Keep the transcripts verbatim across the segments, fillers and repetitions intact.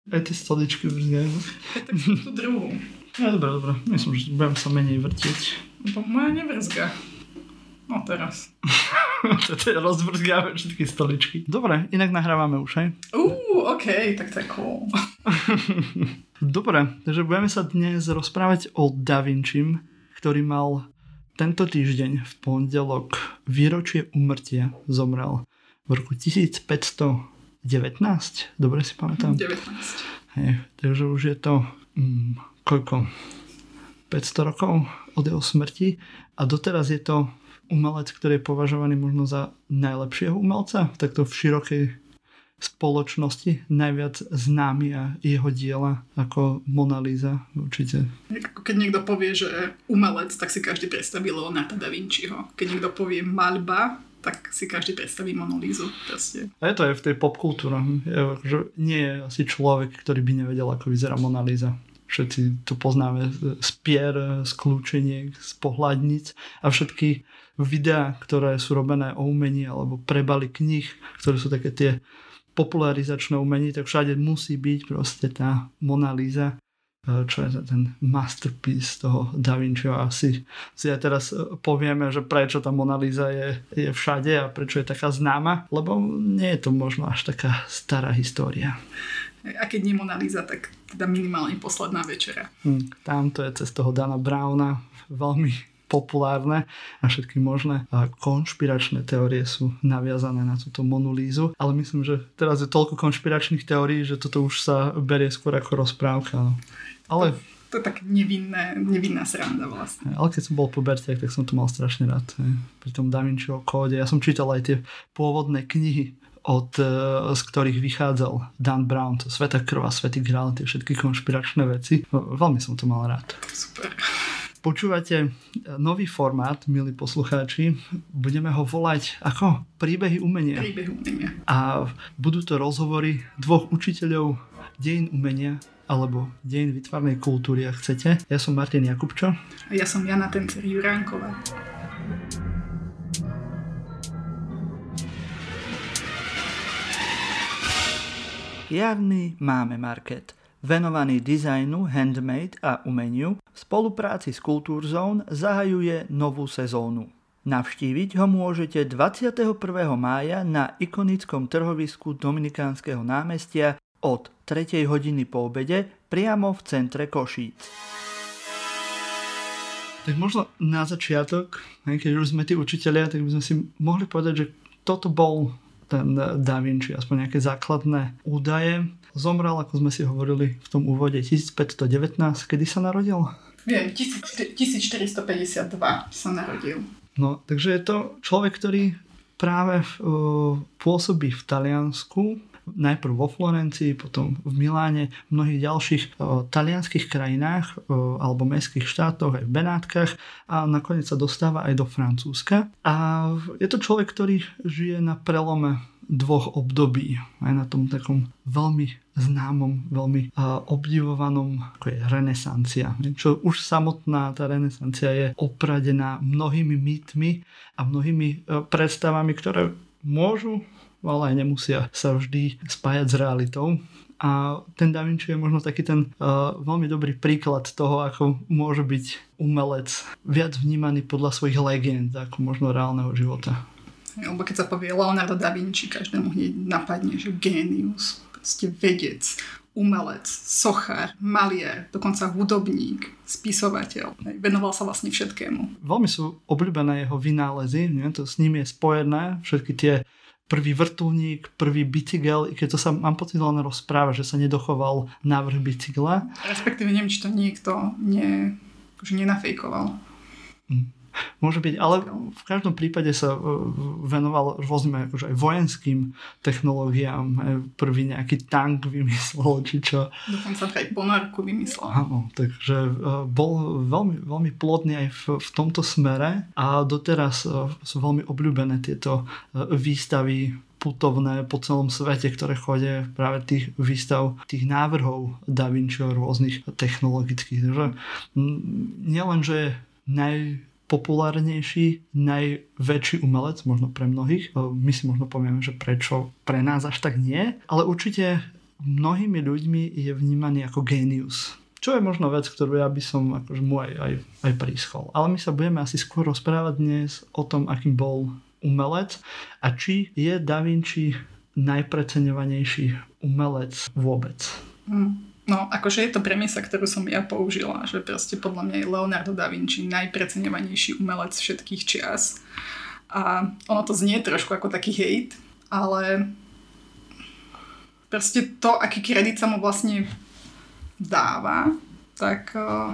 Aj tie stoličky vrzgajú. Tak tú druhú. Ja, dobre, dobre. Myslím, že budem sa menej vrtiť. No, moja nevrzga. No teraz. Toto je rozvrzgáme všetky stoličky. Dobre, inak nahrávame už, hej? Uuu, okej, okay, tak to je cool. Dobre, takže budeme sa dnes rozprávať o Da Vinčim, ktorý mal tento týždeň v pondelok výročie úmrtia, zomrel v roku tisícpäťstodevätnásť, dobre si pamätám? devätnásť. Hej, takže už je to mm, koľko? päťsto rokov od jeho smrti a doteraz je to umelec, ktorý je považovaný možno za najlepšieho umelca, takto v širokej spoločnosti, najviac známy a jeho diela ako Mona Lisa určite. Keď niekto povie, že umelec, tak si každý predstaví Leonarda da Vinciho. Keď niekto povie maľba, tak si každý predstaví Monu Lisu. Proste. A je to aj v tej popkultúre. Že nie je asi človek, ktorý by nevedel, ako vyzerá Mona Lisa. Všetci to poznáme z pier, z kľúčeniek, z pohľadnic a všetky videá, ktoré sú robené o umení alebo prebaly kníh, ktoré sú také tie popularizačné umení, tak všade musí byť proste tá Mona Lisa, čo je ten masterpiece toho Da Vinciho. Asi si aj teraz povieme, že prečo tá Mona Lisa je, je všade a prečo je taká známa, lebo nie je to možno až taká stará história. A keď nie Mona Lisa, tak teda minimálne Posledná večera. Hmm, tam to je cez toho Dana Browna veľmi populárne a všetky možné a konšpiračné teórie sú naviazané na túto Monu Lisu, ale myslím, že teraz je toľko konšpiračných teórií, že toto už sa berie skôr ako rozprávka. No. Ale to, to je tak nevinné, nevinná sranda vlastne. Ale keď som bol pubertiak, tak som to mal strašne rád. Pri tom Da Vinciho kóde. Ja som čítal aj tie pôvodné knihy, od, z ktorých vychádzal Dan Brown, to Svätá krv a Svätý grál, tie všetky konšpiračné veci. Veľmi som to mal rád. Super. Počúvate nový formát, milí poslucháči. Budeme ho volať ako Príbehy umenia. Príbehy umenia. A budú to rozhovory dvoch učiteľov dejín umenia alebo dejín výtvarnej kultúry, ak chcete. Ja som Martin Jakubčo. A ja som Jana Tencer-Juránková. Jarný máme market, venovaný dizajnu, handmade a umeniu, v spolupráci s Kultúrzone zahajuje novú sezónu. Navštíviť ho môžete dvadsiateho prvého mája na ikonickom trhovisku Dominikánskeho námestia od tretej hodiny po obede priamo v centre Košíc. Tak možno na začiatok, keď už sme tí učitelia, tak by sme si mohli povedať, že toto bol ten Da Vinci, aspoň nejaké základné údaje. Zomrel, ako sme si hovorili v tom úvode, tisícpäťstodevätnásť. Kedy sa narodil? Viem, tisícštyristopäťdesiatdva sa narodil. No, takže je to človek, ktorý práve uh, pôsobí v Taliansku, najprv vo Florencii, potom v Miláne, v mnohých ďalších uh, talianských krajinách uh, alebo mestských štátoch, aj v Benátkach a nakoniec sa dostáva aj do Francúzska. A je to človek, ktorý žije na prelome dvoch období, aj na tom takom veľmi známom, veľmi uh, obdivovanom, ako je renesancia. Čo už samotná tá renesancia je opradená mnohými mýtmi a mnohými uh, predstavami, ktoré môžu, ale aj nemusia sa vždy spájať s realitou. A ten Da Vinci je možno taký ten uh, veľmi dobrý príklad toho, ako môže byť umelec viac vnímaný podľa svojich legend, ako možno reálneho života. Lebo keď sa povie Leonardo da Vinci, každému hneď napadne, že génius, proste vedec, umelec, sochár, maliar, dokonca hudobník, spisovateľ. Venoval sa vlastne všetkému. Veľmi sú obľúbené jeho vynálezy, nie? To s ním je spojené, všetky tie prvý vrtuľník, prvý bicykel, i keď to sa, mám pocit, len rozpráva, že sa nedochoval návrh bicykla. Respektíve neviem, či to niekto ne, akože nenafejkoval. Hm. Môže byť, ale v každom prípade sa venoval rôznym akože aj vojenským technológiám. Prvý nejaký tank vymyslel, či čo. Dokonca aj ponorku vymyslel. Áno, takže bol veľmi, veľmi plodný aj v, v tomto smere a doteraz sú veľmi obľúbené tieto výstavy putovné po celom svete, ktoré chodia práve tých výstav, tých návrhov Da Vinciho rôznych technologických. Takže nielen, že je naj populárnejší, najväčší umelec, možno pre mnohých. My si možno povieme, že prečo pre nás až tak nie, ale určite mnohými ľuďmi je vnímaný ako génius. Čo je možno vec, ktorú ja by som akože mu aj, aj, aj príschol. Ale my sa budeme asi skôr rozprávať dnes o tom, akým bol umelec a či je Da Vinci najpreceňovanejší umelec vôbec. Mm. No, akože je to premiesa, ktorú som ja použila, že proste podľa mňa je Leonardo da Vinci najpreceňovanejší umelec všetkých čias. A ono to znie trošku ako taký hejt, ale proste to, aký kredit sa mu vlastne dáva, tak uh,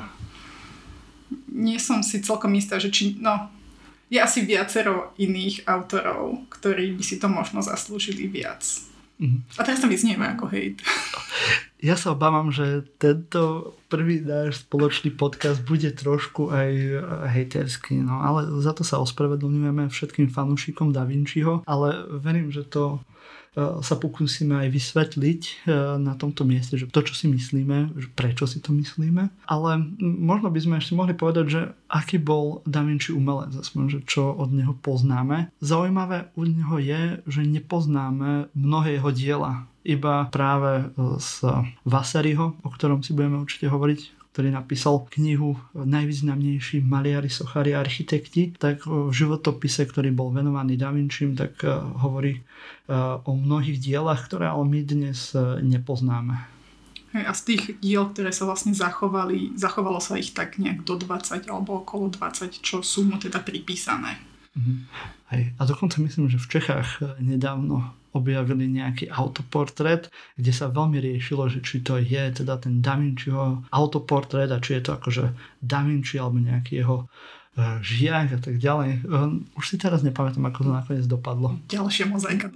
nie som si celkom istá, že či, no, je asi viacero iných autorov, ktorí by si to možno zaslúžili viac. Mm-hmm. A teraz to vyznieva ako hejt. Ja sa obávam, že tento prvý náš spoločný podcast bude trošku aj hejterský, no ale za to sa ospravedlňujeme všetkým fanúšikom Da Vinciho, ale verím, že to sa pokúsime aj vysvetliť na tomto mieste, že to, čo si myslíme, že prečo si to myslíme. Ale možno by sme ešte mohli povedať, že aký bol Da Vinci umelec, aspoň, že čo od neho poznáme. Zaujímavé u neho je, že nepoznáme mnohé jeho diela. Iba práve z Vasariho, o ktorom si budeme určite hovoriť, ktorý napísal knihu Najvýznamnejší maliari, sochári a architekti, tak v životopise, ktorý bol venovaný Da Vincim, tak hovorí o mnohých dielach, ktoré ale my dnes nepoznáme. Hej, a z tých diel, ktoré sa vlastne zachovali, zachovalo sa ich tak nejak do dvadsať alebo okolo dvadsať, čo sú mu teda pripísané. Mhm. Hej. A dokonca myslím, že v Čechách nedávno objavili nejaký autoportrét, kde sa veľmi riešilo, že či to je teda ten Da Vinciho autoportrét a či je to akože Da Vinci alebo nejaký jeho uh, žiak a tak ďalej. Uh, už si teraz nepamätám, ako to nakoniec dopadlo. Ďalšia mozaika.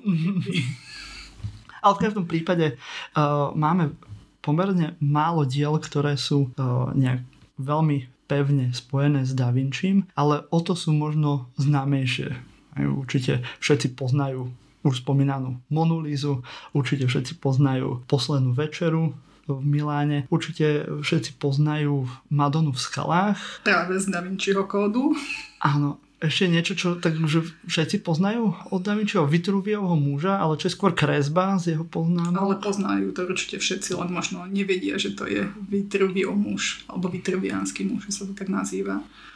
Ale v každom prípade uh, máme pomerne málo diel, ktoré sú uh, nejak veľmi pevne spojené s Da Vincim, ale o to sú možno známejšie. Aj určite všetci poznajú už spomínanú Monu Lízu, určite všetci poznajú Poslednú večeru v Miláne, určite všetci poznajú Madonu v skalách. Práve z Da Vinciho kódu. Áno, ešte niečo, čo takže všetci poznajú od Da Vinciho, Vitruviovho muža, ale čo je skôr kresba z jeho poznámok. Ale poznajú to určite všetci, len možno nevedia, že to je Vitruviov muž, alebo vitruviánsky muž, že sa to tak nazýva.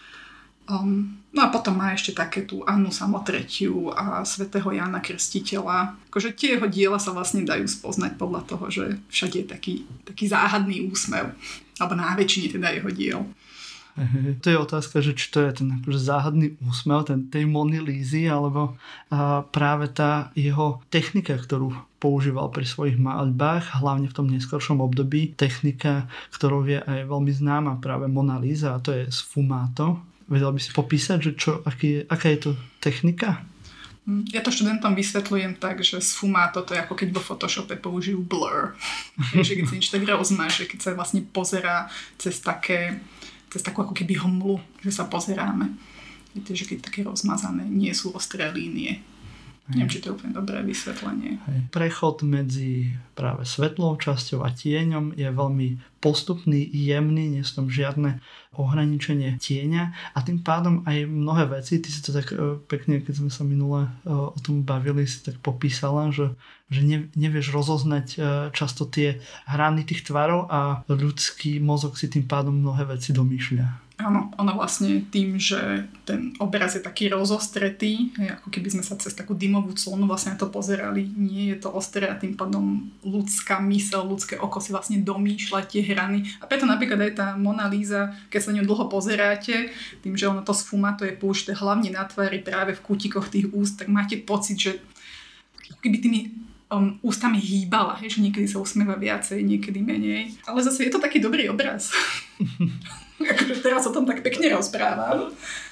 Um, no a potom má ešte také tú Annu Samotretiu a svätého Jána Krstiteľa. Akože tie jeho diela sa vlastne dajú spoznať podľa toho, že všade je taký, taký záhadný úsmev. Alebo na väčšine teda jeho diel. Ehe, to je otázka, že či to je ten akože záhadný úsmev ten, tej Mony Lízy, alebo a práve tá jeho technika, ktorú používal pri svojich maľbách, hlavne v tom neskoršom období. Technika, ktorou je aj veľmi známa práve Mona Líza, a to je sfumato. Vedel by si popísať, že čo, aký je, aká je to technika? Ja to študentom vysvetľujem tak, že sfumato to je ako keď vo Photoshope použijú blur. Takže keď sa niečo tak rozmaže, keď sa vlastne pozerá cez také, cez takú ako keby hmlu, že sa pozeráme. Viete, že keď také rozmazané, nie sú ostré línie. Hej. Neviem, či to je úplne dobré vysvetlenie. Hej. Prechod medzi práve svetlou časťou a tieňom je veľmi postupný, jemný, nie sú tam žiadne ohraničenie tieňa a tým pádom aj mnohé veci, ty si to tak pekne, keď sme sa minule o tom bavili, si tak popísala, že, že ne, nevieš rozoznať často tie hrany tých tvarov a ľudský mozog si tým pádom mnohé veci domýšľa. Áno, ono vlastne tým, že ten obraz je taký rozostretý, ako keby sme sa cez takú dymovú clonu vlastne na to pozerali, nie je to ostré a tým pádom ľudská myseľ, ľudské oko si vlastne domýšľa tie hrany. A preto napríklad aj tá Mona Líza, keď sa na ňu dlho pozeráte, tým, že ono to sfumato je použité hlavne na tvári práve v kútikoch tých úst, tak máte pocit, že keby tými um, ústami hýbala, hej, že niekedy sa usmieva viacej, niekedy menej. Ale zase je to taký dobrý obraz. Akože teraz o tom tak pekne rozprávam.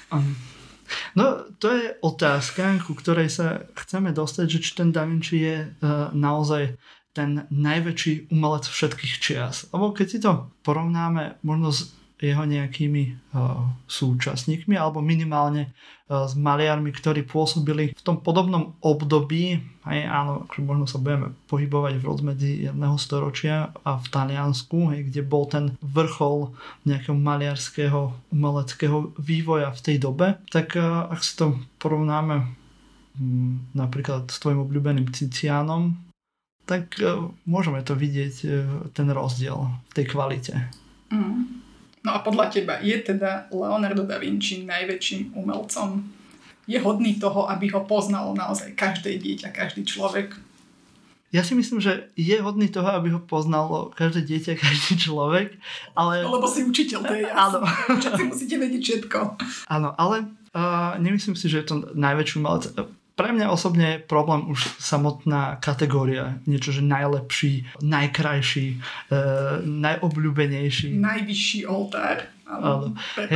No, to je otázka, ku ktorej sa chceme dostať, že či ten Da Vinci je uh, naozaj ten najväčší umelec všetkých čias. Lebo keď si to porovnáme možno s jeho nejakými uh, súčasníkmi alebo minimálne uh, s maliarmi, ktorí pôsobili v tom podobnom období, aj áno, možno sa budeme pohybovať v rozmedzi jedného storočia a v Taliansku, hej, kde bol ten vrchol nejakého maliarského umeleckého vývoja v tej dobe, tak uh, ak si to porovnáme um, napríklad s tvojim obľúbeným Tizianom, tak môžeme to vidieť, ten rozdiel v tej kvalite. Mm. No a podľa teba je teda Leonardo da Vinci najväčším umelcom? Je hodný toho, aby ho poznalo naozaj každé dieťa, každý človek? Ja si myslím, že je hodný toho, aby ho poznalo každé dieťa, každý človek, ale... No, lebo si učiteľ, to je jasné. Áno. Všetci musíte vedieť všetko. Áno, ale uh, nemyslím si, že je to najväčší umelec. Pre mňa osobne je problém už samotná kategória. Niečo, že najlepší, najkrajší, uh, najobľúbenejší. Najvyšší oltár. Áno.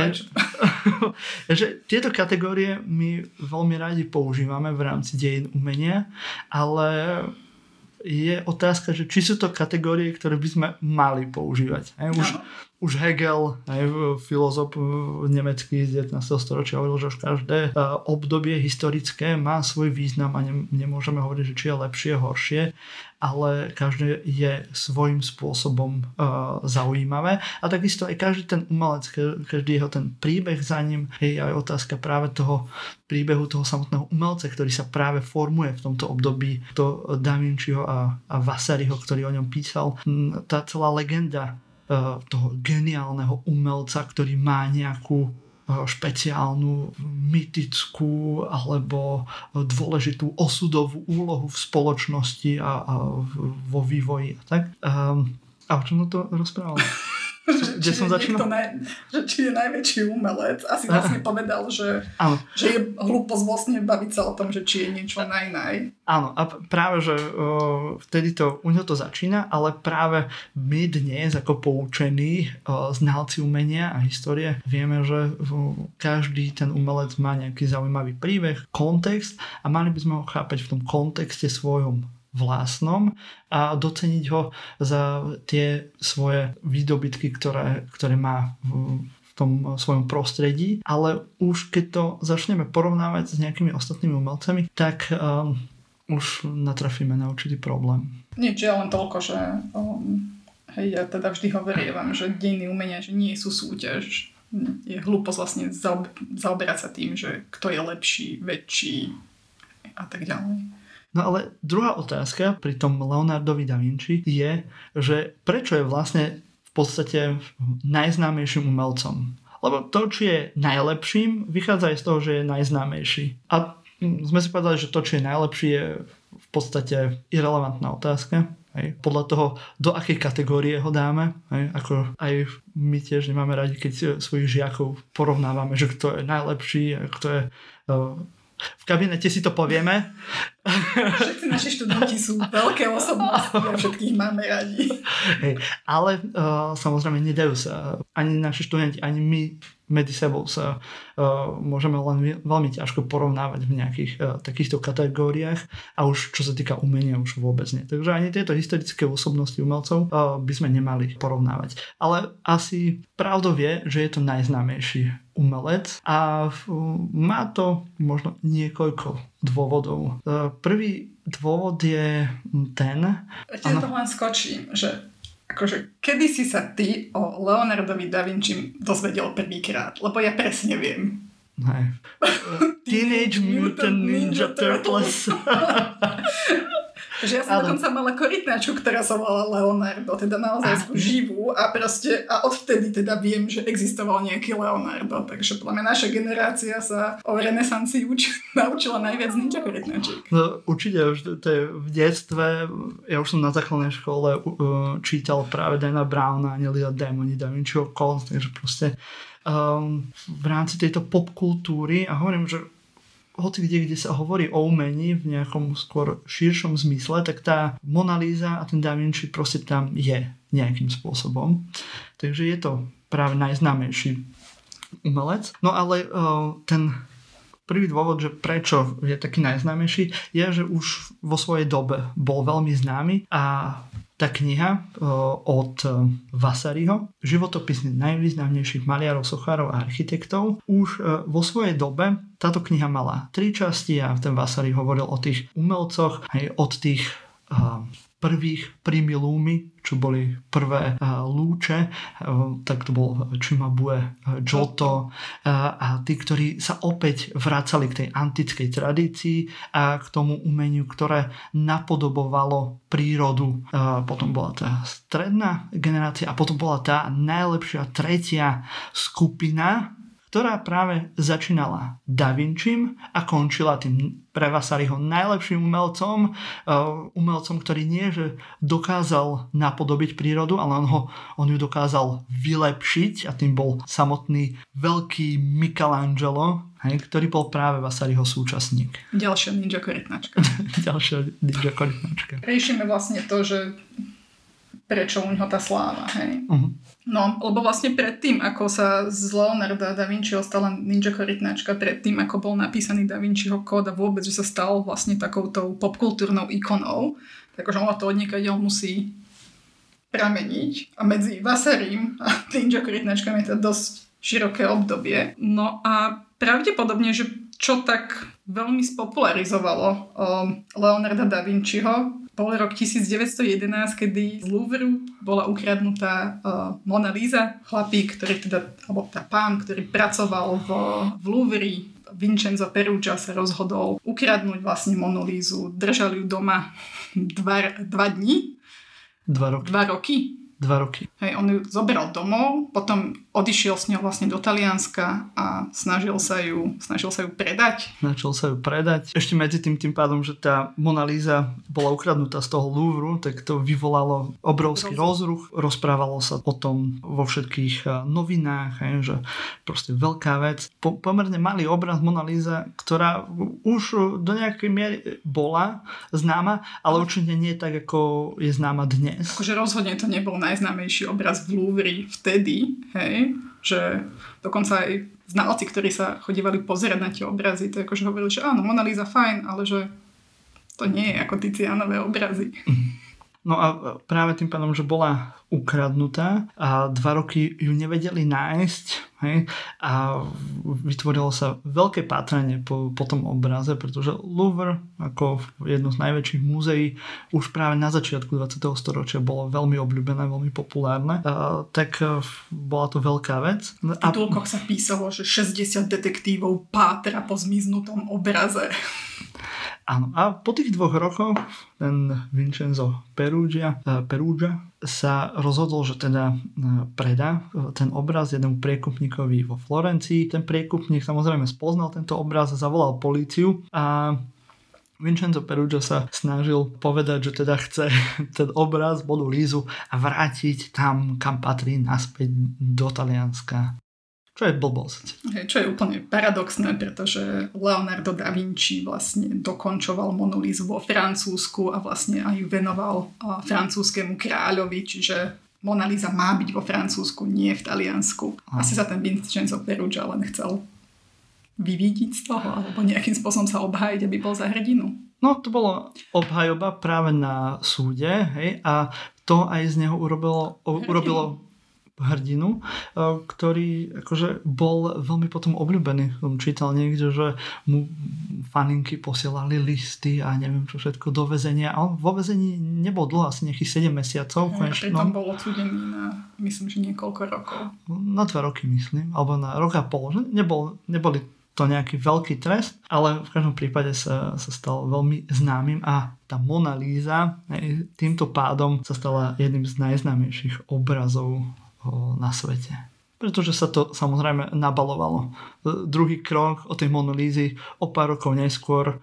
Že tieto kategórie my veľmi radi používame v rámci dejín umenia, ale je otázka, že či sú to kategórie, ktoré by sme mali používať. Už, už Hegel, filozof nemecký z devätnásteho storočia, hovoril, že už každé obdobie historické má svoj význam a nemôžeme hovoriť, že či je lepšie, horšie, ale každé je svojím spôsobom uh, zaujímavé. A takisto aj každý ten umelec, každý jeho ten príbeh za ním, je aj otázka práve toho príbehu toho samotného umelca, ktorý sa práve formuje v tomto období, to Da Vinciho a, a Vasariho, ktorý o ňom písal. Tá celá legenda uh, toho geniálneho umelca, ktorý má nejakú špeciálnu, mytickú alebo dôležitú osudovú úlohu v spoločnosti a, a vo vývoji. Tak? Um, a o čom to rozprával? že, Kde či som začínal? Naj, že či je najväčší umelec. Asi vlastne povedal, že, že je hlúposť vlastne baviť sa o tom, že či je niečo naj-naj. Áno, a práve, že o, vtedy to, u neho to začína, ale práve my dnes, ako poučení o, znalci umenia a histórie, vieme, že o, každý ten umelec má nejaký zaujímavý príbeh, kontext a mali by sme ho chápať v tom kontexte svojom vlastnom a doceniť ho za tie svoje výdobytky, ktoré, ktoré má v, v tom svojom prostredí. Ale už keď to začneme porovnávať s nejakými ostatnými umelcami, tak um, už natrafíme na určitý problém. Nič, ja len toľko, že um, hej, ja teda vždy hovorím, že dejiny umenia, že nie sú súťaž. Je hlúposť vlastne zaob- zaoberať sa tým, že kto je lepší, väčší a tak ďalej. No ale druhá otázka pri tom Leonardovi da Vinci je, že prečo je vlastne v podstate najznámejším umelcom? Lebo to, či je najlepším, vychádza aj z toho, že je najznámejší. A sme si povedali, že to, či je najlepší, je v podstate irelevantná otázka. Hej. Podľa toho, do akej kategórie ho dáme. Hej. Ako aj my tiež nemáme radi, keď svojich žiakov porovnávame, že kto je najlepší a kto je... Uh, v kabinete si to povieme. Všetci naši študenti sú veľké osobnosti a všetkých máme radi. Hej, ale uh, samozrejme nedajú sa ani naši študenti, ani my medzi sebou sa uh, môžeme len veľmi ťažko porovnávať v nejakých uh, takýchto kategóriách a už čo sa týka umenia už vôbec nie. Takže ani tieto historické osobnosti umelcov uh, by sme nemali porovnávať. Ale asi pravdou je, že je to najznámejší umelec a uh, má to možno niekoľko dôvodov. Uh, prvý dôvod je ten... Ja to len skočím, že akože, kedy si sa ty o Leonardovi da Vinci dozvedel prvýkrát? Lebo ja presne viem. Hej. Teenage Mutant Ninja Turtles. Že ja som dokonca mala korytnačku, ktorá sa volala Leonardo, teda naozaj sú živú a proste, a odvtedy teda viem, že existoval nejaký Leonardo, takže podľa mňa naša generácia sa o renesancii uč- naučila najviac ninja korytnačiek. No určite, už to je v detstve, ja už som na základnej škole uh, čítal práve Dana Browna, Nelia Démoni, Da Vinciho Kód, takže proste um, v rámci tejto popkultúry a hovorím, že hoci kde, kde sa hovorí o umení v nejakom skôr širšom zmysle, tak tá Mona Lisa a ten Da Vinci proste tam je nejakým spôsobom. Takže je to práve najznámejší umelec. No ale uh, ten prvý dôvod, že prečo je taký najznámejší, je, že už vo svojej dobe bol veľmi známy a tá kniha od Vasariho, životopisy najvýznamnejších maliarov, sochárov a architektov, už vo svojej dobe táto kniha mala tri časti a ten Vasari hovoril o tých umelcoch aj od tých prvých primilúmy, čo boli prvé lúče, tak to bol Cimabue, Giotto a tí, ktorí sa opäť vracali k tej antickej tradícii a k tomu umeniu, ktoré napodobovalo prírodu. Potom bola tá stredná generácia a potom bola tá najlepšia tretia skupina, ktorá práve začínala Da Vincim a končila tým pre Vasariho najlepším umelcom, umelcom, ktorý nie, že dokázal napodobiť prírodu, ale on, ho, on ju dokázal vylepšiť a tým bol samotný veľký Michelangelo, hej, ktorý bol práve Vasariho súčasník. Ďalšia ninja korytnačka. Ďalšia ninja korytnačka. Riešime vlastne to, že prečo u neho tá sláva, hej. Uh-huh. No, lebo vlastne predtým, ako sa z Leonarda da Vinciho stala ninja korytnačka, predtým, ako bol napísaný Da Vinciho kód a vôbec, že sa stal vlastne takoutou popkultúrnou ikonou, takže ono to odniekaď musí prameniť. A medzi Vasarim a ninja korytnačkami je to dosť široké obdobie. No a pravdepodobne, že čo tak veľmi spopularizovalo um, Leonarda da Vinciho, bol rok devätnásť jedenásť, kedy z Louvru bola ukradnutá uh, Mona Lisa. Chlapík, ktorý teda, alebo tá pán, ktorý pracoval v, v Louvri, Vincenzo Perugia, sa rozhodol ukradnúť vlastne Monu Lisu. Držali ju doma dva, dva dní. Dva roky. Dva roky. Dva roky. Hej, on ju zobral domov, potom odišiel s ňou vlastne do Talianska a snažil sa ju, snažil sa ju predať. Snažil sa ju predať. Ešte medzi tým tým pádom, že tá Mona Lisa bola ukradnutá z toho Louvru, tak to vyvolalo obrovský rozruch. Rozprávalo sa o tom vo všetkých novinách, hej, že proste veľká vec. Po, pomerne malý obraz Mona Lisa, ktorá už do nejakej miery bola známa, ale určite nie tak, ako je známa dnes. Akože rozhodne to nebol najznámejší obraz v Louvri vtedy, hej, že dokonca aj znalci, ktorí sa chodívali pozerať na tie obrazy, to akože hovorili, že áno, Mona Lisa fajn, ale že to nie je ako Tizianové obrazy. No a práve tým pádom, že bola ukradnutá a dva roky ju nevedeli nájsť, hej, a vytvorilo sa veľké pátranie po, po tom obraze, pretože Louvre, ako jedno z najväčších múzeí, už práve na začiatku dvadsiateho storočia bolo veľmi obľúbené, veľmi populárne, a, tak bola to veľká vec. V titulkoch sa písalo, že šesťdesiat detektívov pátra po zmiznutom obraze. Áno, a po tých dvoch rokoch ten Vincenzo Perugia, Perugia sa rozhodol, že teda predá ten obraz jednému priekupníkovi vo Florencii. Ten priekupník samozrejme spoznal tento obraz, zavolal políciu a Vincenzo Perugia sa snažil povedať, že teda chce ten obraz Monu Lisu a vrátiť tam, kam patrí, naspäť do Talianska. Čo je blbosť. Hej, čo je úplne paradoxné, pretože Leonardo da Vinci vlastne dokončoval Monu Lisu vo Francúzsku a vlastne aj ju venoval francúzskému kráľovi, čiže Mona Lisa má byť vo Francúzsku, nie v Taliansku. Aha. Asi sa ten Vincenzo Perugia len chcel vyvidiť z toho, alebo nejakým spôsobom sa obhájiť, aby bol za hrdinu. No, to bolo obhajoba práve na súde, hej, a to aj z neho urobilo, urobilo hrdinu, ktorý akože bol veľmi potom obľúbený. Som čítal niekde, že mu faninky posielali listy a neviem čo všetko do väzenia. A on vo väzení nebol dlho, asi nejakých sedem mesiacov. A pritom bol odsúdený na, myslím, že niekoľko rokov. Na dva roky, myslím. Alebo na rok a pol. Nebol, neboli to nejaký veľký trest, ale v každom prípade sa, sa stal veľmi známym a tá Mona Lisa týmto pádom sa stala jedným z najznámejších obrazov na svete. Pretože sa to samozrejme nabalovalo. Druhý krok o tej Mona Lise o pár rokov neskôr,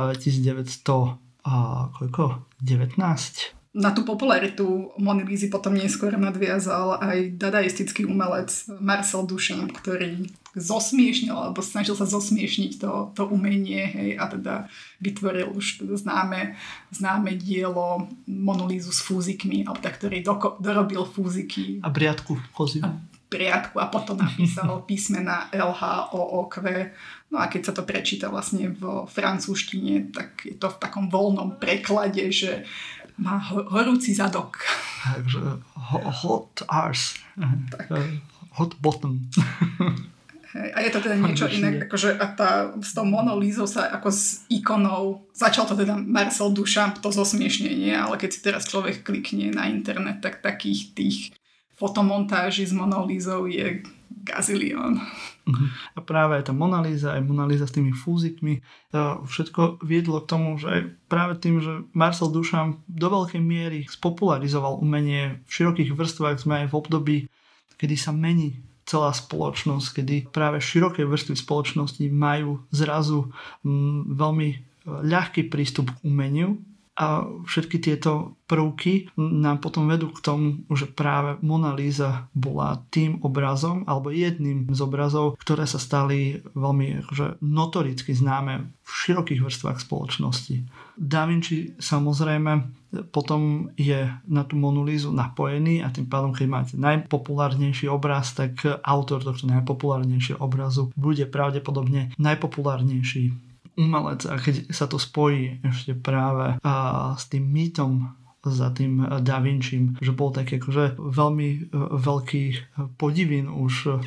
devätnásť. Na tú popularitu Mony Lisy potom neskôr nadviazal aj dadaistický umelec Marcel Duchamp, ktorý zosmiešnil, alebo snažil sa zosmiešniť to, to umenie, hej, a teda vytvoril už teda známe, známe dielo Monu Lisu s fúzikmi, alebo tak, ktorý doko, dorobil fúziky. A briadku koziu. A briadku a potom napísal písmena L H O O Q. No a keď sa to prečíta vlastne v francúzštine, tak je to v takom voľnom preklade, že má horúci zadok. Takže hot arse. Tak. Hot bottom. Hej, a je to teda niečo iné, akože a tá, s tou Monou Lízou sa ako s ikonou, začal to teda Marcel Duchamp, to zosmiešnenie, ale keď si teraz človek klikne na internet, tak takých tých fotomontáží s Monou Lízou je gazilión. A práve aj tá Mona Lisa, aj Mona Lisa s tými fúzikmi, všetko viedlo k tomu, že práve tým, že Marcel Duchamp do veľkej miery spopularizoval umenie v širokých vrstvách, sme aj v období, kedy sa mení celá spoločnosť, kedy práve široké vrstvy spoločnosti majú zrazu m, veľmi ľahký prístup k umeniu a všetky tieto prvky nám potom vedú k tomu, že práve Mona Lisa bola tým obrazom alebo jedným z obrazov, ktoré sa stali veľmi akože, notoricky známe v širokých vrstvách spoločnosti. Da Vinci samozrejme potom je na tú Monu Lisu napojený a tým pádom, keď máte najpopulárnejší obraz, tak autor tohto najpopulárnejšieho obrazu bude pravdepodobne najpopulárnejší umelec. A keď sa to spojí ešte práve a, s tým mýtom za tým Da Vincim, že bol taký akože veľmi uh, veľký podivín už, uh,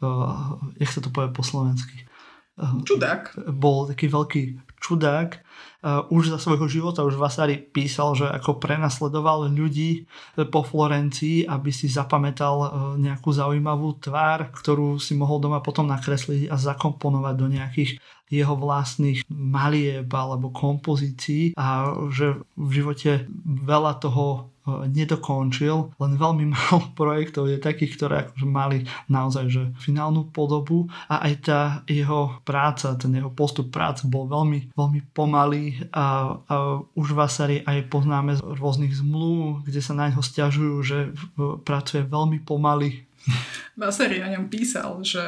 jak sa to povie po slovensky? Uh, čudák. Bol taký veľký čudák. Uh, už za svojho života už Vasari písal, že ako prenasledoval ľudí po Florencii, aby si zapamätal uh, nejakú zaujímavú tvár, ktorú si mohol doma potom nakresliť a zakomponovať do nejakých jeho vlastných malieb alebo kompozícií a že v živote veľa toho nedokončil, len veľmi málo projektov je takých, ktoré akože mali naozaj že finálnu podobu a aj tá jeho práca, ten jeho postup práce bol veľmi, veľmi pomalý a, a už Vasari aj poznáme z rôznych zmluv, kde sa na ňo sťažujú, že pracuje veľmi pomaly. Vasari o ňom písal, že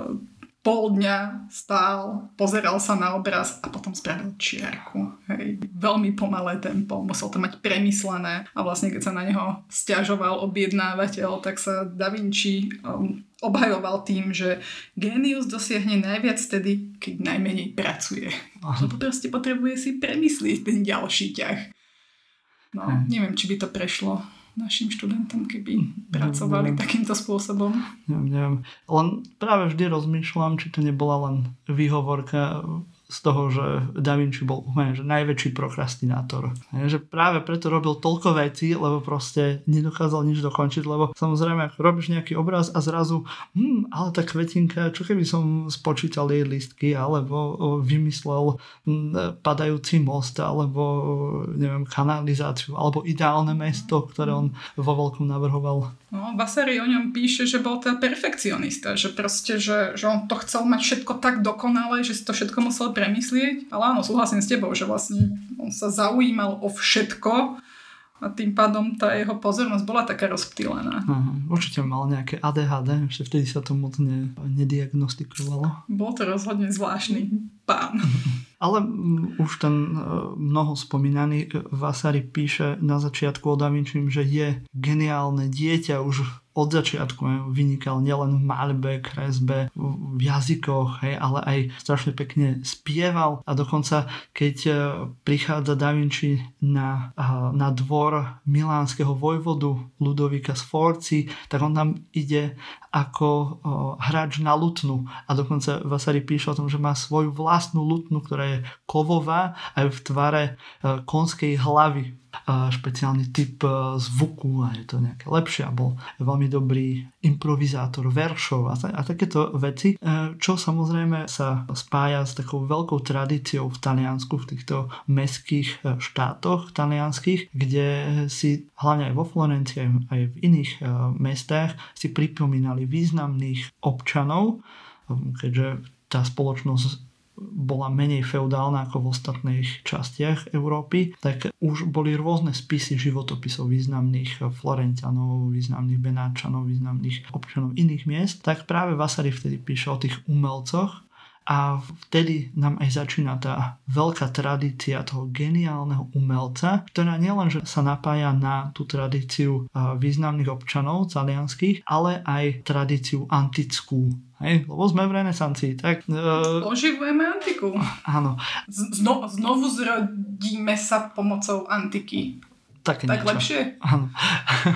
pol dňa stál, pozeral sa na obraz a potom spravil čiarku. Hej. Veľmi pomalé tempo, musel to mať premyslené a vlastne keď sa na neho sťažoval objednávateľ, tak sa Da Vinci um, obhajoval tým, že génius dosiahne najviac vtedy, keď najmenej pracuje. Lebo proste potrebuje si premyslieť ten ďalší ťah. No, hmm. neviem, či by to prešlo našim študentom, keby pracovali neviem. takýmto spôsobom. Neviem, neviem. Len práve vždy rozmýšľam, či to nebola len výhovorka z toho, že Da Vinci bol úplne že najväčší prokrastinátor. Že práve preto robil toľko vecí, lebo proste nedokázal nič dokončiť, lebo samozrejme, ak robíš nejaký obraz a zrazu hm, ale tá kvetinka, čo keby som spočítal jej listky, alebo vymyslel hm, padajúci most, alebo neviem, kanalizáciu, alebo ideálne mesto, ktoré on vo veľkom navrhoval. No, Vasari o ňom píše, že bol teda perfekcionista, že proste, že, že on to chcel mať všetko tak dokonalé, že si to všetko musel premyslieť, ale áno, súhlasím s tebou, že vlastne on sa zaujímal o všetko a tým pádom tá jeho pozornosť bola taká rozptýlená. Aha, určite mal nejaké á dé há dé, ešte vtedy sa to moc ne, nediagnostikovalo. Bol to rozhodne zvláštny pán. Ale m, už ten uh, mnoho spomínaný Vasari píše na začiatku o Da Vincim, že je geniálne dieťa, už od začiatku vynikal nielen v maľbe, kresbe, v jazykoch, hej, ale aj strašne pekne spieval a dokonca keď prichádza Da Vinci na, na dvor milánskeho vojvodu Ludovika Sforzi, tak on tam ide ako hráč na lutnu a dokonca Vasari píše o tom, že má svoju vlastnú lutnu, ktorá je kovová aj v tvare konskej hlavy. Špeciálny typ zvuku a je to nejaké lepšie a bol veľmi dobrý improvizátor veršov a, a takéto veci, čo samozrejme sa spája s takou veľkou tradíciou v Taliansku, v týchto mestských štátoch talianských, kde si hlavne aj vo Florencii aj v iných mestách si pripomínali významných občanov, keďže tá spoločnosť bola menej feudálna ako v ostatných častiach Európy, tak už boli rôzne spisy životopisov významných Florenťanov, významných Benáčanov, významných občanov iných miest. Tak práve Vasari vtedy píše o tých umelcoch a vtedy nám aj začína tá veľká tradícia toho geniálneho umelca, ktorá nielenže sa napája na tú tradíciu významných občanov talianských, ale aj tradíciu antickú. Hej, lebo sme v renesancii, tak... Uh, Oživujeme antiku. Áno. Zno, znovu zrodíme sa pomocou antiky. Také tak niečo. Lepšie? Áno.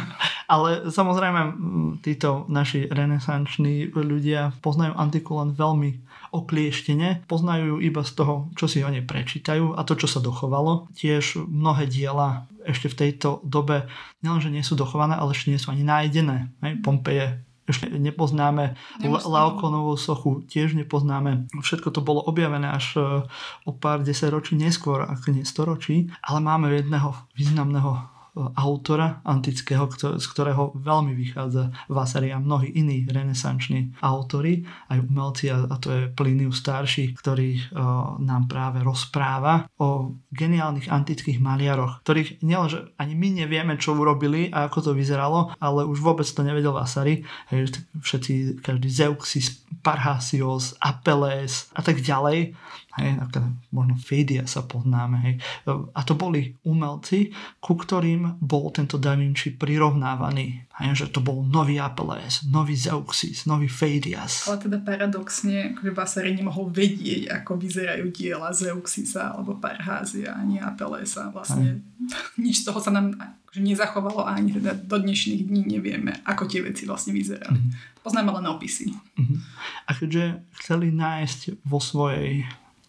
Ale samozrejme títo naši renesanční ľudia poznajú antiku len veľmi oklieštene, poznajú ju iba z toho, čo si o nej prečítajú a to, čo sa dochovalo. Tiež mnohé diela ešte v tejto dobe nielenže nie sú dochované, ale ešte nie sú ani nájdené. Hej, Pompeje ešte nepoznáme, Laokonovú sochu tiež nepoznáme. Všetko to bolo objavené až o pár desaťročí neskôr, ako nie storočí, ale máme jedného významného autora antického, z ktorého veľmi vychádza Vasari a mnohí iní renesanční autori, aj umelci, a to je Plinius starší, ktorý nám práve rozpráva o geniálnych antických maliaroch, ktorých nielenže ani my nevieme, čo urobili a ako to vyzeralo, ale už vôbec to nevedel Vasari. Hej, všetci, každý Zeuxis, Parrhasios, Apelles a tak ďalej. Hej, možno Fédia sa poznáme. Hej. A to boli umelci, ku ktorým bol tento Da Vinci prirovnávaný. Hej, že to bol nový Apelles, nový Zeuxis, nový Fédias. Ale teda paradoxne, že Vasari nemohol vedieť, ako vyzerajú diela Zeuxisa alebo Parrhasia ani Apellesa. Vlastne hej. Nič z toho sa nám akože nezachovalo a ani teda do dnešných dní nevieme, ako tie veci vlastne vyzerali. Mm-hmm. Poznáme len opisy. Mm-hmm. A keďže chceli nájsť vo svojej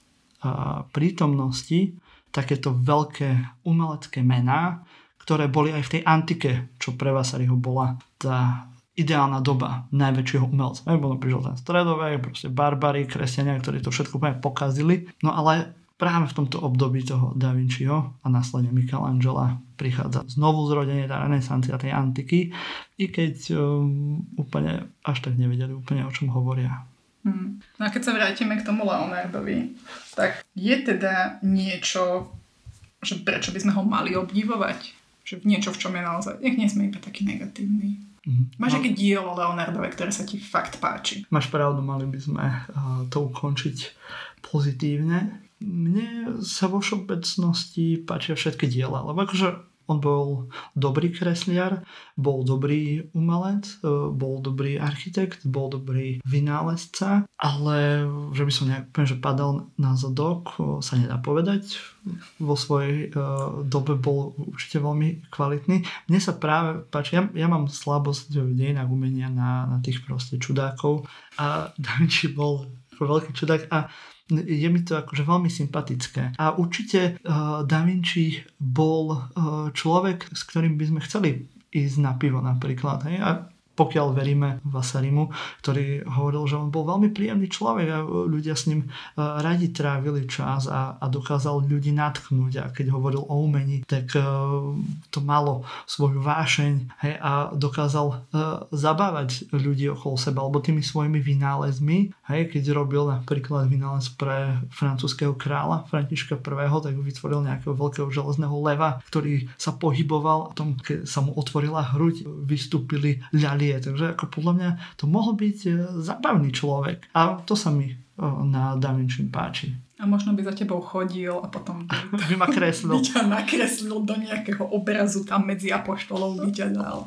a prítomnosti takéto veľké umelecké mená, ktoré boli aj v tej antike, čo pre Vasariho bola tá ideálna doba najväčšieho umelca. Aj bolo prišiel ten stredovek, proste barbari, kresťania, ktorí to všetko úplne pokazili. No ale práve v tomto období toho Da Vinciho a následne Michelangela prichádza znovu zrodenie, tá renesancia tej antiky, i keď um, úplne až tak nevedeli úplne, o čom hovoria. Hmm. No a keď sa vrátime k tomu Leonardovi, tak je teda niečo, že prečo by sme ho mali obdivovať? Že niečo, v čom je naozaj, nech nie sme iba taký negatívny. Mm-hmm. Máš no. aké dielo Leonardove, ktoré sa ti fakt páči? Máš pravdu, mali by sme uh, to ukončiť pozitívne. Mne sa vo všeobecnosti páčia všetky diela, lebo akože on bol dobrý kresliar, bol dobrý umelec, bol dobrý architekt, bol dobrý vynálezca, ale že by som nejak úplne, že padal na zadok, sa nedá povedať. Vo svojej uh, dobe bol určite veľmi kvalitný. Mne sa práve páči, ja, ja mám slabosť v dejinách umenia na, na tých proste čudákov a Da Vinci bol veľký čudák a je mi to akože veľmi sympatické. A určite uh, Da Vinci bol uh, človek, s ktorým by sme chceli ísť na pivo napríklad. Hej? A pokiaľ veríme Vasarimu, ktorý hovoril, že on bol veľmi príjemný človek a ľudia s ním uh, radi trávili čas a, a dokázal ľudí natknúť. A keď hovoril o umení, tak uh, to malo svoju vášeň, hej, a dokázal uh, zabávať ľudí okolo seba, alebo tými svojimi vynálezmi. Hej, keď robil napríklad vynález pre francúzskeho kráľa Františka prvého., tak vytvoril nejakého veľkého železného leva, ktorý sa pohyboval a tom, keď sa mu otvorila hruď, vystúpili ľalie. Takže ako podľa mňa to mohol byť zábavný človek. A to sa mi na Da Vinci páči. A možno by za tebou chodil a potom by ma kreslil. By ťa nakreslil do nejakého obrazu tam medzi apoštolov, by ťa dal.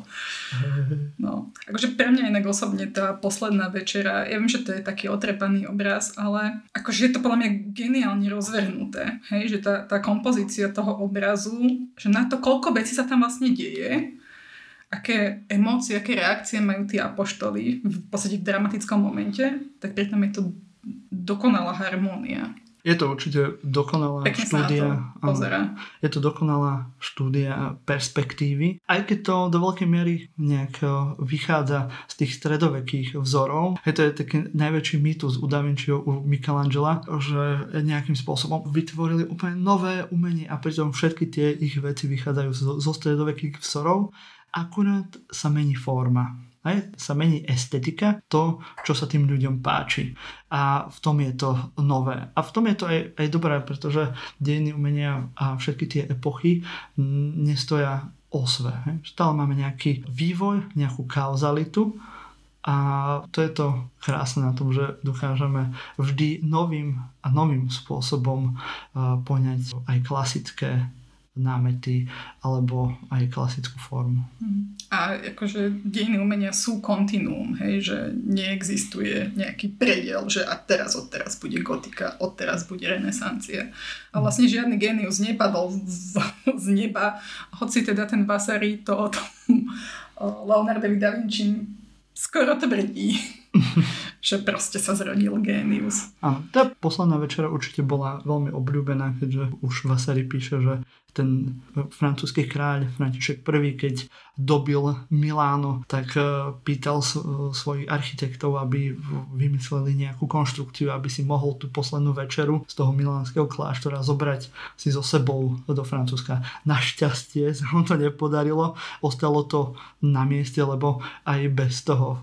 No. Akože pre mňa inak osobne tá posledná večera, ja viem, že to je taký otrepaný obraz, ale akože je to podľa mňa geniálne rozvrhnuté. Hej, že tá, tá kompozícia toho obrazu, že na to, koľko vecí sa tam vlastne deje, aké emócie, aké reakcie majú tí apoštoli v podstate v dramatickom momente, tak pritom je to dokonalá harmónia. Je to určite dokonalá Pekne štúdia. To pozerá. Je to dokonalá štúdia perspektívy. Aj keď to do veľkej miery nejak vychádza z tých stredovekých vzorov. Je to je taký najväčší mýtus u Da Vinciho, u Michelangela, že nejakým spôsobom vytvorili úplne nové umenie a pritom všetky tie ich veci vychádzajú zo, zo stredovekých vzorov. Akurát sa mení forma. Aj, sa mení estetika, to, čo sa tým ľuďom páči. A v tom je to nové. A v tom je to aj, aj dobré, pretože dejiny umenia a všetky tie epochy nestoja o sve. Stále máme nejaký vývoj, nejakú kauzalitu a to je to krásne na tom, že dokážeme vždy novým a novým spôsobom poňať aj klasické námety alebo aj klasickú formu. A akože dejiny umenia sú kontinuum, hej, že neexistuje nejaký prediel, že a teraz od teraz bude gotika, od teraz bude renesancia. A vlastne žiadny génius nepadol z, z neba, hoci teda ten Vasari to o tom Leonardovi da Vinci skoro tvrdí, že proste sa zrodil génius. Áno, tá posledná večera určite bola veľmi obľúbená, keďže už Vasari píše, že ten francúzsky kráľ František I, keď dobil Miláno, tak pýtal svojich architektov, aby vymysleli nejakú konštrukciu, aby si mohol tú poslednú večeru z toho milánskeho kláštora zobrať si so sebou do Francúzska. Našťastie sa mu to nepodarilo, ostalo to na mieste, lebo aj bez toho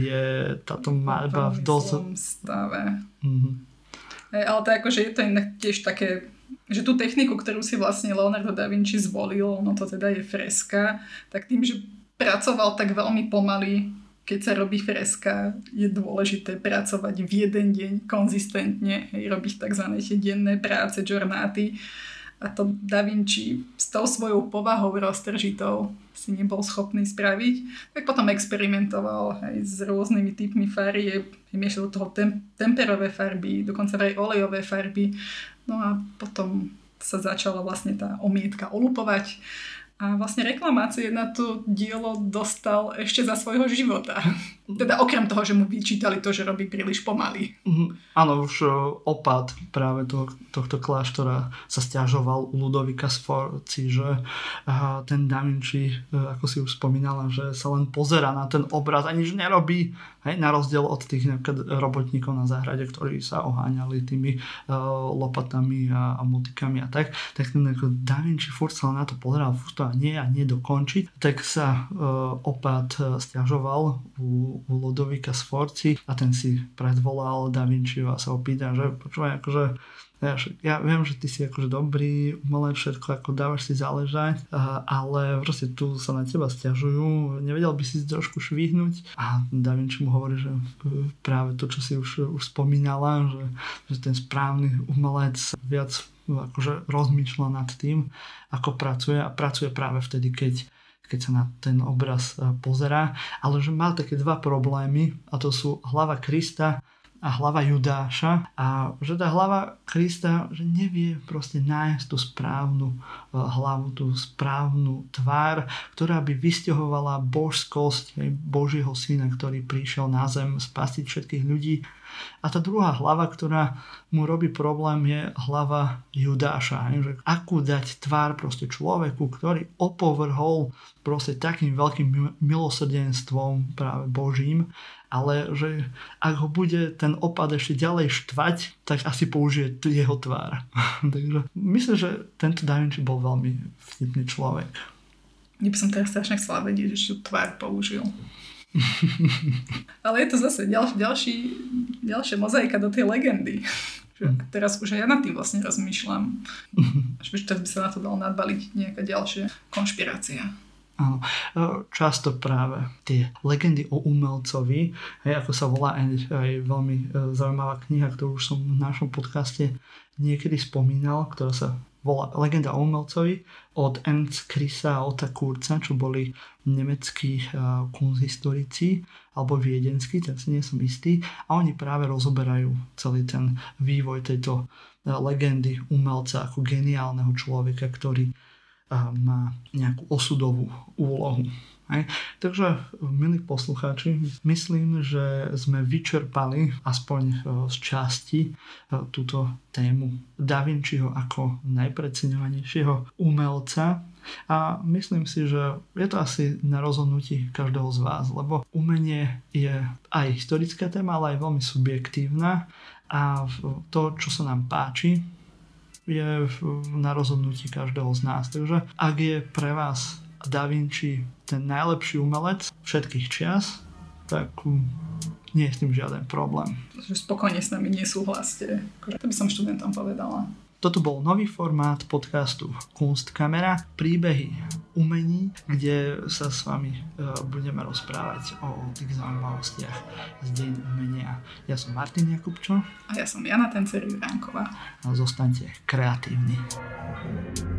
je táto maľba v dosť stave. Mm-hmm. Hey, ale to akože je to inak tiež také, že tú techniku, ktorú si vlastne Leonardo da Vinci zvolil, no to teda je freska, tak tým, že pracoval tak veľmi pomaly, keď sa robí freska, je dôležité pracovať v jeden deň konzistentne, hej, robiť tzv. Tie denné práce, giornáty. A to Da Vinci s tou svojou povahou roztržitou si nebol schopný spraviť. Tak potom experimentoval aj s rôznymi typmi farieb, miešal do toho tem- temperové farby, dokonca aj olejové farby. No a potom sa začala vlastne tá omietka olupovať. A vlastne reklamácie na to dielo dostal ešte za svojho života. Teda okrem toho, že mu vyčítali to, že robí príliš pomaly. Mm, áno, už opad práve to, tohto kláštora sa sťažoval u Ludovika Sforzi, že aha, ten Da Vinci, ako si už spomínala, že sa len pozerá na ten obraz a nič nerobí. Hej, na rozdiel od tých robotníkov na záhrade, ktorí sa oháňali tými uh, lopatami a, a motikami a tak, tak ten ako Da Vinci furt sa na to pozeral, furt to a nie a nie dokončiť, tak sa uh, opad sťažoval u, u Ludovika Sforzi a ten si predvolal Da Vinciho a sa opýta, že počúvaj, akože Ja, ja viem, že ty si akože dobrý umelec, všetko ako dávaš si záležať, ale proste tu sa na teba sťažujú, nevedel by si trošku švihnúť. A Da Vinci mu hovorí, že práve to, čo si už, už spomínala, že, že ten správny umelec viac akože rozmýšľa nad tým, ako pracuje a pracuje práve vtedy, keď keď sa na ten obraz pozerá, ale že mal také dva problémy a to sú hlava Krista a hlava Judáša a že tá hlava Krista, že nevie proste nájsť tú správnu hlavu, tú správnu tvár, ktorá by vysťahovala božskosť Božieho syna, ktorý prišiel na zem spasiť všetkých ľudí. A tá druhá hlava, ktorá mu robí problém, je hlava Judáša. Že akú dať tvár proste človeku, ktorý opovrhol proste takým veľkým milosrdenstvom práve Božím, ale že ak ho bude ten opad ešte ďalej štvať, tak asi použije jeho tvár. Takže myslím, že tento Da Vinci bol veľmi vtipný človek. Ja by som teraz strašne chcela vedieť, že tú tvár použil. Ale je to zase ďalší, ďalší, ďalšia mozaika do tej legendy. Že teraz už aj ja nad tým vlastne rozmýšľam. Až teraz by sa na to dalo nadbaliť nejaká ďalšia konšpirácia. Áno, často práve tie legendy o umelcovi, hej, ako sa volá aj, aj veľmi zaujímavá kniha, ktorú už som v našom podcaste niekedy spomínal, ktorá sa volá Legenda o umelcovi od Ernst Krisa a Otta Kurza, čo boli nemeckí uh, kunsthistorici alebo viedenskí, tak si nie som istý, a oni práve rozoberajú celý ten vývoj tejto uh, legendy umelca ako geniálneho človeka, ktorý má nejakú osudovú úlohu. Hej. Takže, milí poslucháči, myslím, že sme vyčerpali aspoň z časti túto tému Da Vinciho ako najpreceňovanejšieho umelca a myslím si, že je to asi na rozhodnutí každého z vás, lebo umenie je aj historická téma, ale aj veľmi subjektívna a to, čo sa nám páči, je na rozhodnutí každého z nás. Takže ak je pre vás Da Vinci ten najlepší umelec všetkých čias, tak nie je s tým žiaden problém. Spokojne s nami nesúhlaste. To by som študentom povedala. Toto bol nový formát podcastu Kunstkamera, príbehy umení, kde sa s vami budeme rozprávať o tých zaujímavostiach z deň umenia. Ja som Martin Jakubčo. A ja som Jana Tencer-Juránková. A zostaňte kreatívni.